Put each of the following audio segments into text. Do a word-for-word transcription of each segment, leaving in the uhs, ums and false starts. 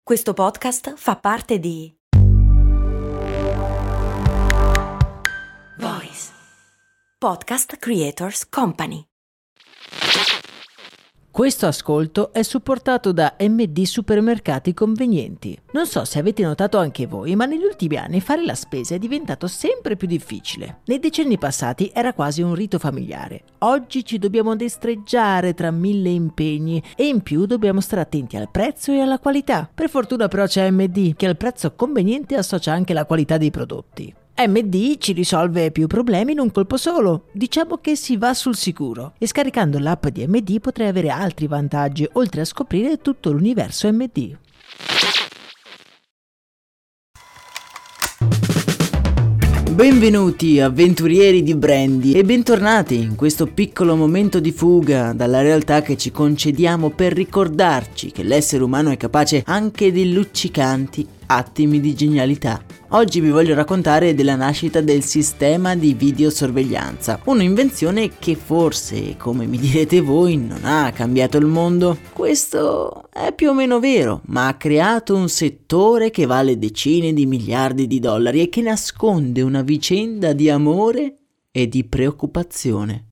Questo podcast fa parte di Voice Podcast Creators Company. Questo ascolto è supportato da M D Supermercati Convenienti. Non so se avete notato anche voi, ma negli ultimi anni fare la spesa è diventato sempre più difficile. Nei decenni passati era quasi un rito familiare. Oggi ci dobbiamo destreggiare tra mille impegni e in più dobbiamo stare attenti al prezzo e alla qualità. Per fortuna però c'è M D, che al prezzo conveniente associa anche la qualità dei prodotti. M D ci risolve più problemi in un colpo solo. Diciamo che si va sul sicuro. E scaricando l'app di M D potrai avere altri vantaggi, oltre a scoprire tutto l'universo M D. Benvenuti avventurieri di Brandy e bentornati in questo piccolo momento di fuga dalla realtà che ci concediamo per ricordarci che l'essere umano è capace anche di luccicanti attimi di genialità. Oggi vi voglio raccontare della nascita del sistema di videosorveglianza, un'invenzione che forse, come mi direte voi, non ha cambiato il mondo. Questo è più o meno vero, ma ha creato un settore che vale decine di miliardi di dollari e che nasconde una vicenda di amore e di preoccupazione.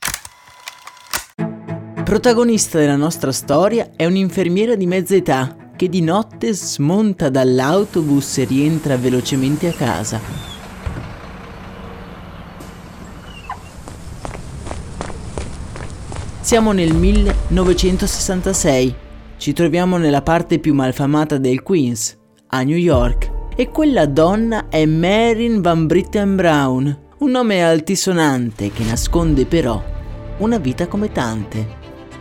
Protagonista della nostra storia è un'infermiera di mezza età che di notte smonta dall'autobus e rientra velocemente a casa. Siamo nel millenovecentosessantasei, ci troviamo nella parte più malfamata del Queens, a New York, e quella donna è Marin Van Britten Brown, un nome altisonante che nasconde però una vita come tante.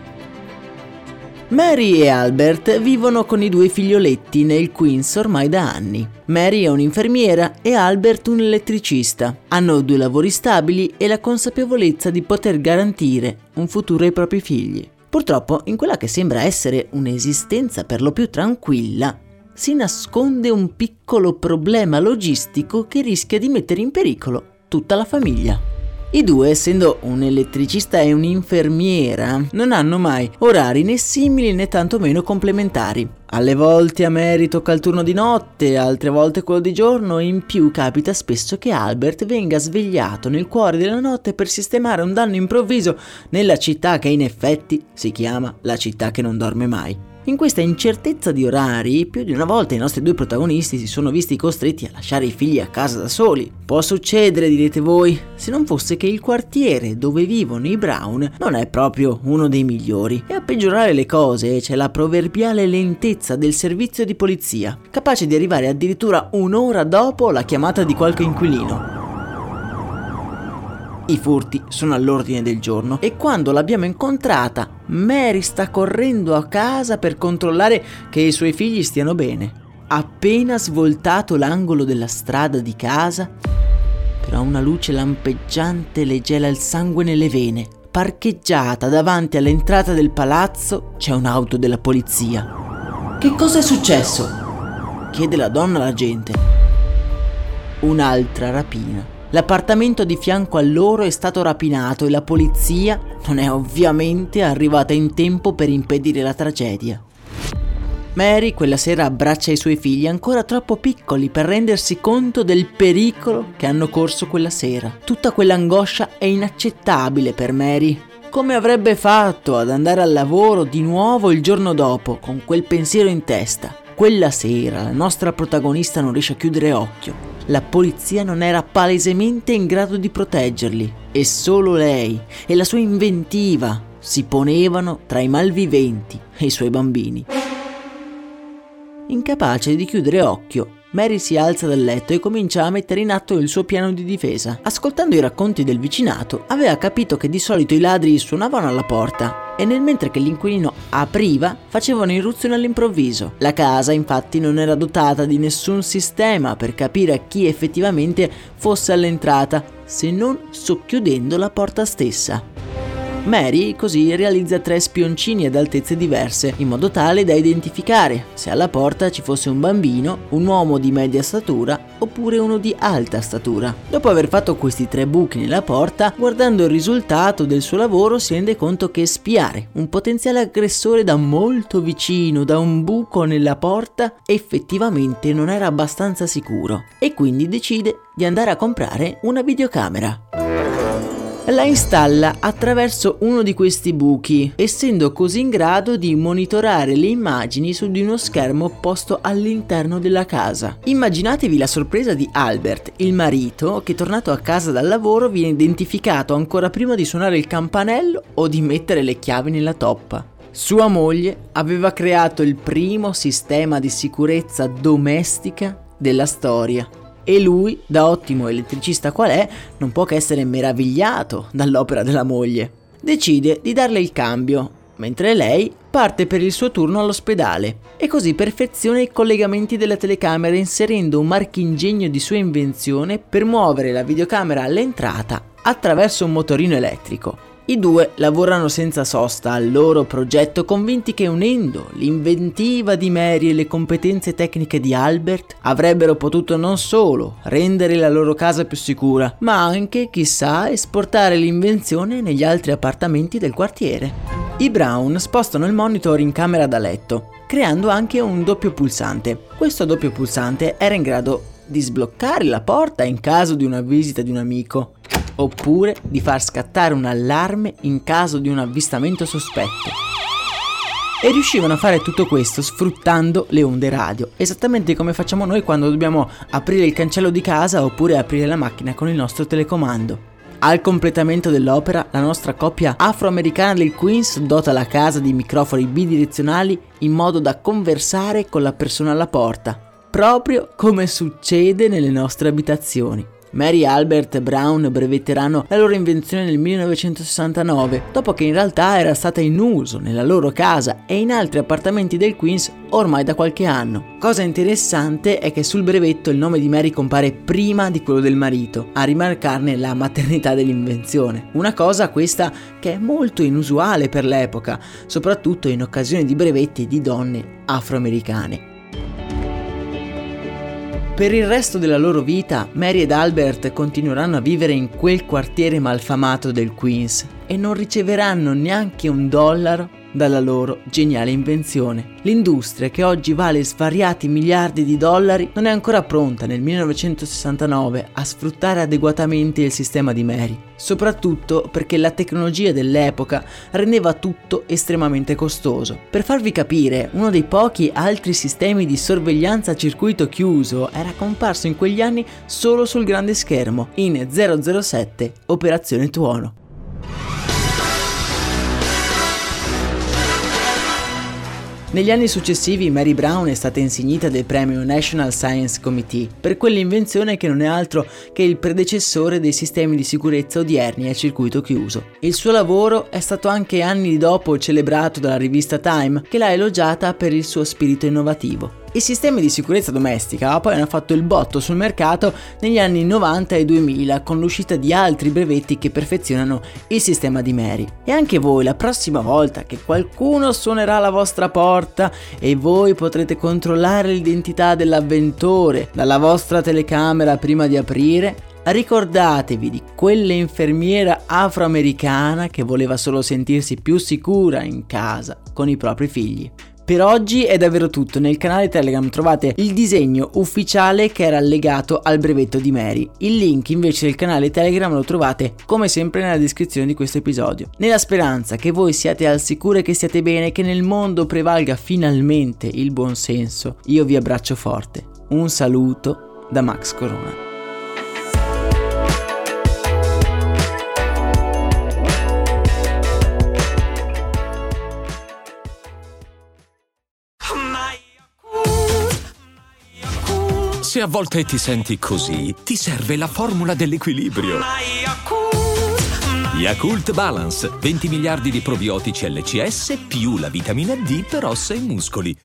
Mary e Albert vivono con i due figlioletti nel Queens ormai da anni. Mary è un'infermiera e Albert un elettricista. Hanno due lavori stabili e la consapevolezza di poter garantire un futuro ai propri figli. Purtroppo, in quella che sembra essere un'esistenza per lo più tranquilla, si nasconde un piccolo problema logistico che rischia di mettere in pericolo tutta la famiglia. I due, essendo un elettricista e un'infermiera, non hanno mai orari né simili né tantomeno complementari. Alle volte a Mary tocca il turno di notte, altre volte quello di giorno, e in più capita spesso che Albert venga svegliato nel cuore della notte per sistemare un danno improvviso nella città che in effetti si chiama la città che non dorme mai. In questa incertezza di orari, più di una volta i nostri due protagonisti si sono visti costretti a lasciare i figli a casa da soli. Può succedere, direte voi, se non fosse che il quartiere dove vivono i Brown non è proprio uno dei migliori. E a peggiorare le cose c'è la proverbiale lentezza del servizio di polizia, capace di arrivare addirittura un'ora dopo la chiamata di qualche inquilino. I furti sono all'ordine del giorno e quando l'abbiamo incontrata, Mary sta correndo a casa per controllare che i suoi figli stiano bene. Appena svoltato l'angolo della strada di casa, però una luce lampeggiante le gela il sangue nelle vene. Parcheggiata davanti all'entrata del palazzo c'è un'auto della polizia. Che cosa è successo? Chiede la donna alla gente. Un'altra rapina. L'appartamento di fianco a loro è stato rapinato e la polizia non è ovviamente arrivata in tempo per impedire la tragedia. Mary quella sera abbraccia i suoi figli ancora troppo piccoli per rendersi conto del pericolo che hanno corso quella sera. Tutta quell'angoscia è inaccettabile per Mary. Come avrebbe fatto ad andare al lavoro di nuovo il giorno dopo con quel pensiero in testa? Quella sera la nostra protagonista non riesce a chiudere occhio. La polizia non era palesemente in grado di proteggerli e solo lei e la sua inventiva si ponevano tra i malviventi e i suoi bambini. Incapace di chiudere occhio, Mary si alza dal letto e comincia a mettere in atto il suo piano di difesa. Ascoltando i racconti del vicinato, aveva capito che di solito i ladri suonavano alla porta e nel mentre che l'inquilino apriva facevano irruzione all'improvviso. La casa infatti non era dotata di nessun sistema per capire a chi effettivamente fosse all'entrata, se non socchiudendo la porta stessa. Mary così realizza tre spioncini ad altezze diverse, in modo tale da identificare se alla porta ci fosse un bambino, un uomo di media statura oppure uno di alta statura. Dopo aver fatto questi tre buchi nella porta, guardando il risultato del suo lavoro si rende conto che spiare un potenziale aggressore da molto vicino, da un buco nella porta, effettivamente non era abbastanza sicuro e quindi decide di andare a comprare una videocamera. La installa attraverso uno di questi buchi, essendo così in grado di monitorare le immagini su di uno schermo posto all'interno della casa. Immaginatevi la sorpresa di Albert, il marito, che tornato a casa dal lavoro viene identificato ancora prima di suonare il campanello o di mettere le chiavi nella toppa. Sua moglie aveva creato il primo sistema di sicurezza domestica della storia. E lui, da ottimo elettricista qual è, non può che essere meravigliato dall'opera della moglie. Decide di darle il cambio, mentre lei parte per il suo turno all'ospedale e così perfeziona i collegamenti della telecamera inserendo un marchingegno di sua invenzione per muovere la videocamera all'entrata attraverso un motorino elettrico. I due lavorano senza sosta al loro progetto, convinti che unendo l'inventiva di Mary e le competenze tecniche di Albert avrebbero potuto non solo rendere la loro casa più sicura, ma anche, chissà, esportare l'invenzione negli altri appartamenti del quartiere. I Brown spostano il monitor in camera da letto, creando anche un doppio pulsante. Questo doppio pulsante era in grado di sbloccare la porta in caso di una visita di un amico, oppure di far scattare un allarme in caso di un avvistamento sospetto. E riuscivano a fare tutto questo sfruttando le onde radio, esattamente come facciamo noi quando dobbiamo aprire il cancello di casa oppure aprire la macchina con il nostro telecomando. Al completamento dell'opera, la nostra coppia afroamericana del Queens dota la casa di microfoni bidirezionali in modo da conversare con la persona alla porta, proprio come succede nelle nostre abitazioni. Mary e Albert Brown brevetteranno la loro invenzione nel millenovecentosessantanove, dopo che in realtà era stata in uso nella loro casa e in altri appartamenti del Queens ormai da qualche anno. Cosa interessante è che sul brevetto il nome di Mary compare prima di quello del marito, a rimarcarne la maternità dell'invenzione. Una cosa questa che è molto inusuale per l'epoca, soprattutto in occasione di brevetti di donne afroamericane. Per il resto della loro vita, Mary ed Albert continueranno a vivere in quel quartiere malfamato del Queens e non riceveranno neanche un dollaro dalla loro geniale invenzione. L'industria, che oggi vale svariati miliardi di dollari, non è ancora pronta nel millenovecentosessantanove a sfruttare adeguatamente il sistema di Mary, soprattutto perché la tecnologia dell'epoca rendeva tutto estremamente costoso. Per farvi capire, uno dei pochi altri sistemi di sorveglianza a circuito chiuso era comparso in quegli anni solo sul grande schermo, in zero zero sette Operazione Tuono. Negli anni successivi Mary Brown è stata insignita del premio National Science Committee per quell'invenzione che non è altro che il predecessore dei sistemi di sicurezza odierni a circuito chiuso. Il suo lavoro è stato anche anni dopo celebrato dalla rivista Time, che l'ha elogiata per il suo spirito innovativo. I sistemi di sicurezza domestica poi hanno fatto il botto sul mercato negli anni novanta e duemila con l'uscita di altri brevetti che perfezionano il sistema di Mary. E anche voi, la prossima volta che qualcuno suonerà alla vostra porta e voi potrete controllare l'identità dell'avventore dalla vostra telecamera prima di aprire, ricordatevi di quell'infermiera afroamericana che voleva solo sentirsi più sicura in casa con i propri figli. Per oggi è davvero tutto. Nel canale Telegram trovate il disegno ufficiale che era allegato al brevetto di Mary. Il link invece del canale Telegram lo trovate come sempre nella descrizione di questo episodio. Nella speranza che voi siate al sicuro e che stiate bene, che nel mondo prevalga finalmente il buon senso, io vi abbraccio forte. Un saluto da Max Corona. Se a volte ti senti così, ti serve la formula dell'equilibrio. Yakult Balance, venti miliardi di probiotici L C S più la vitamina D per ossa e muscoli.